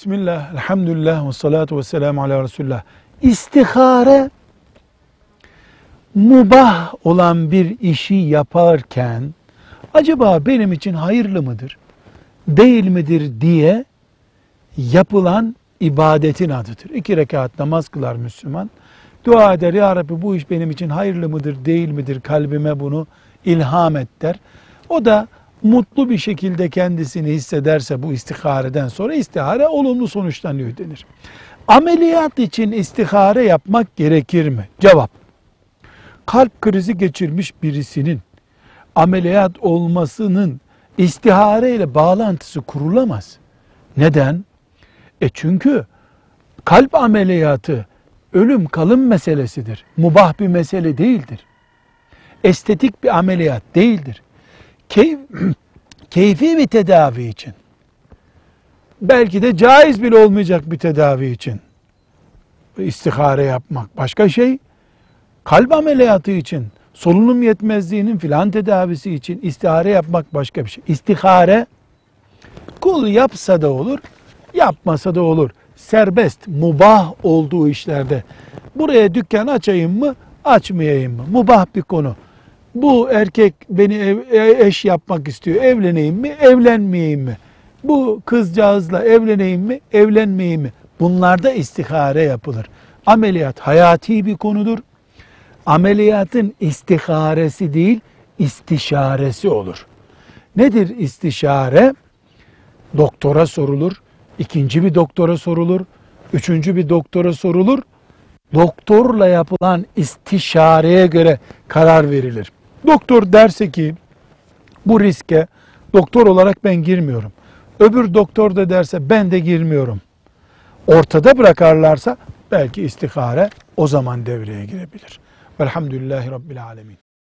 Bismillah, elhamdülillah, ve salatu ve selamu ala Resulullah. İstihare, mubah olan bir işi yaparken, acaba benim için hayırlı mıdır, değil midir diye yapılan ibadetin adıdır. 2 rekat namaz kılar Müslüman. Dua eder, Ya Rabbi bu iş benim için hayırlı mıdır, değil midir, kalbime bunu ilham et der. O da mutlu bir şekilde kendisini hissederse bu istihareden sonra istihare olumlu sonuçlanıyor denir. Ameliyat için istihare yapmak gerekir mi? Cevap: kalp krizi geçirmiş birisinin ameliyat olmasının istihare ile bağlantısı kurulamaz. Neden? Çünkü kalp ameliyatı ölüm kalım meselesidir. Mubah bir mesele değildir. Estetik bir ameliyat değildir. Keyfi bir tedavi için, belki de caiz bile olmayacak bir tedavi için istihare yapmak başka şey. Kalp ameliyatı için, solunum yetmezliğinin filan tedavisi için istihare yapmak başka bir şey. İstihare, kul yapsa da olur, yapmasa da olur. Serbest, mubah olduğu işlerde. Buraya dükkan açayım mı, açmayayım mı? Mubah bir konu. Bu erkek beni eş yapmak istiyor, evleneyim mi, evlenmeyeyim mi? Bu kızcağızla evleneyim mi, evlenmeyeyim mi? Bunlarda istihare yapılır. Ameliyat hayati bir konudur. Ameliyatın istiharesi değil, istişaresi olur. Nedir istişare? Doktora sorulur, ikinci bir doktora sorulur, üçüncü bir doktora sorulur. Doktorla yapılan istişareye göre karar verilir. Doktor derse ki bu riske doktor olarak ben girmiyorum. Öbür doktor da derse ben de girmiyorum. Ortada bırakarlarsa belki istihare o zaman devreye girebilir. Velhamdülillahi Rabbil Alemin.